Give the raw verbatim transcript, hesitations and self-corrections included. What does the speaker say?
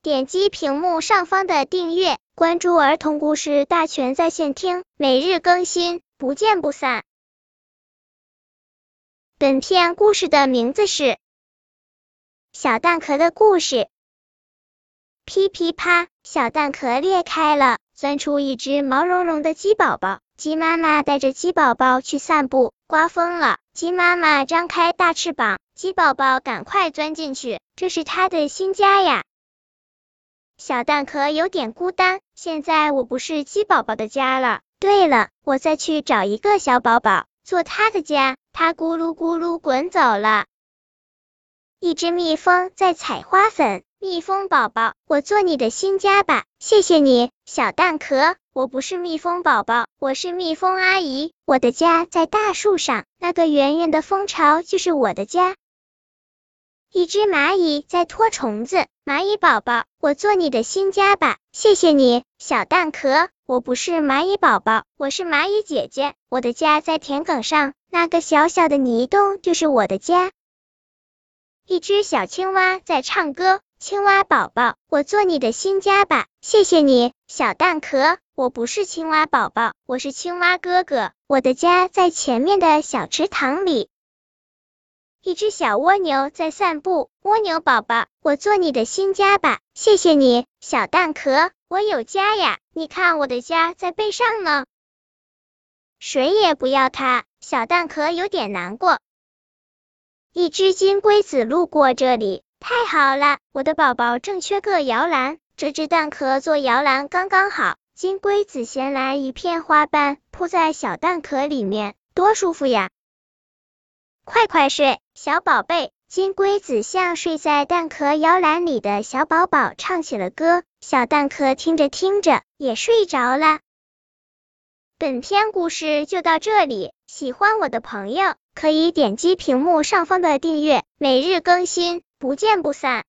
点击屏幕上方的订阅，关注儿童故事大全在线听，每日更新，不见不散。本片故事的名字是小蛋壳的故事。噼噼啪，小蛋壳裂开了，钻出一只毛茸茸的鸡宝宝。鸡妈妈带着鸡宝宝去散步，刮风了，鸡妈妈张开大翅膀，鸡宝宝赶快钻进去，这是它的新家呀。小蛋壳有点孤单，现在我不是鸡宝宝的家了。对了，我再去找一个小宝宝做它的家。它咕噜咕噜滚走了。一只蜜蜂在采花粉，蜜蜂宝宝，我做你的新家吧，谢谢你，小蛋壳。我不是蜜蜂宝宝，我是蜜蜂阿姨，我的家在大树上，那个圆圆的蜂巢就是我的家。一只蚂蚁在拖虫子，蚂蚁宝宝，我做你的新家吧，谢谢你，小蛋壳。我不是蚂蚁宝宝，我是蚂蚁姐姐，我的家在田埂上，那个小小的泥洞就是我的家。一只小青蛙在唱歌，青蛙宝宝，我做你的新家吧，谢谢你，小蛋壳。我不是青蛙宝宝，我是青蛙哥哥，我的家在前面的小池塘里。一只小蜗牛在散步，蜗牛宝宝，我做你的新家吧，谢谢你，小蛋壳。我有家呀，你看我的家在背上呢。谁也不要它，小蛋壳有点难过。一只金龟子路过这里，太好了，我的宝宝正缺个摇篮，这只蛋壳做摇篮刚刚好。金龟子衔来一片花瓣，铺在小蛋壳里面，多舒服呀！快快睡，小宝贝。金龟子向睡在蛋壳摇篮里的小宝宝唱起了歌，小蛋壳听着听着也睡着了。本篇故事就到这里，喜欢我的朋友可以点击屏幕上方的订阅，每日更新，不见不散。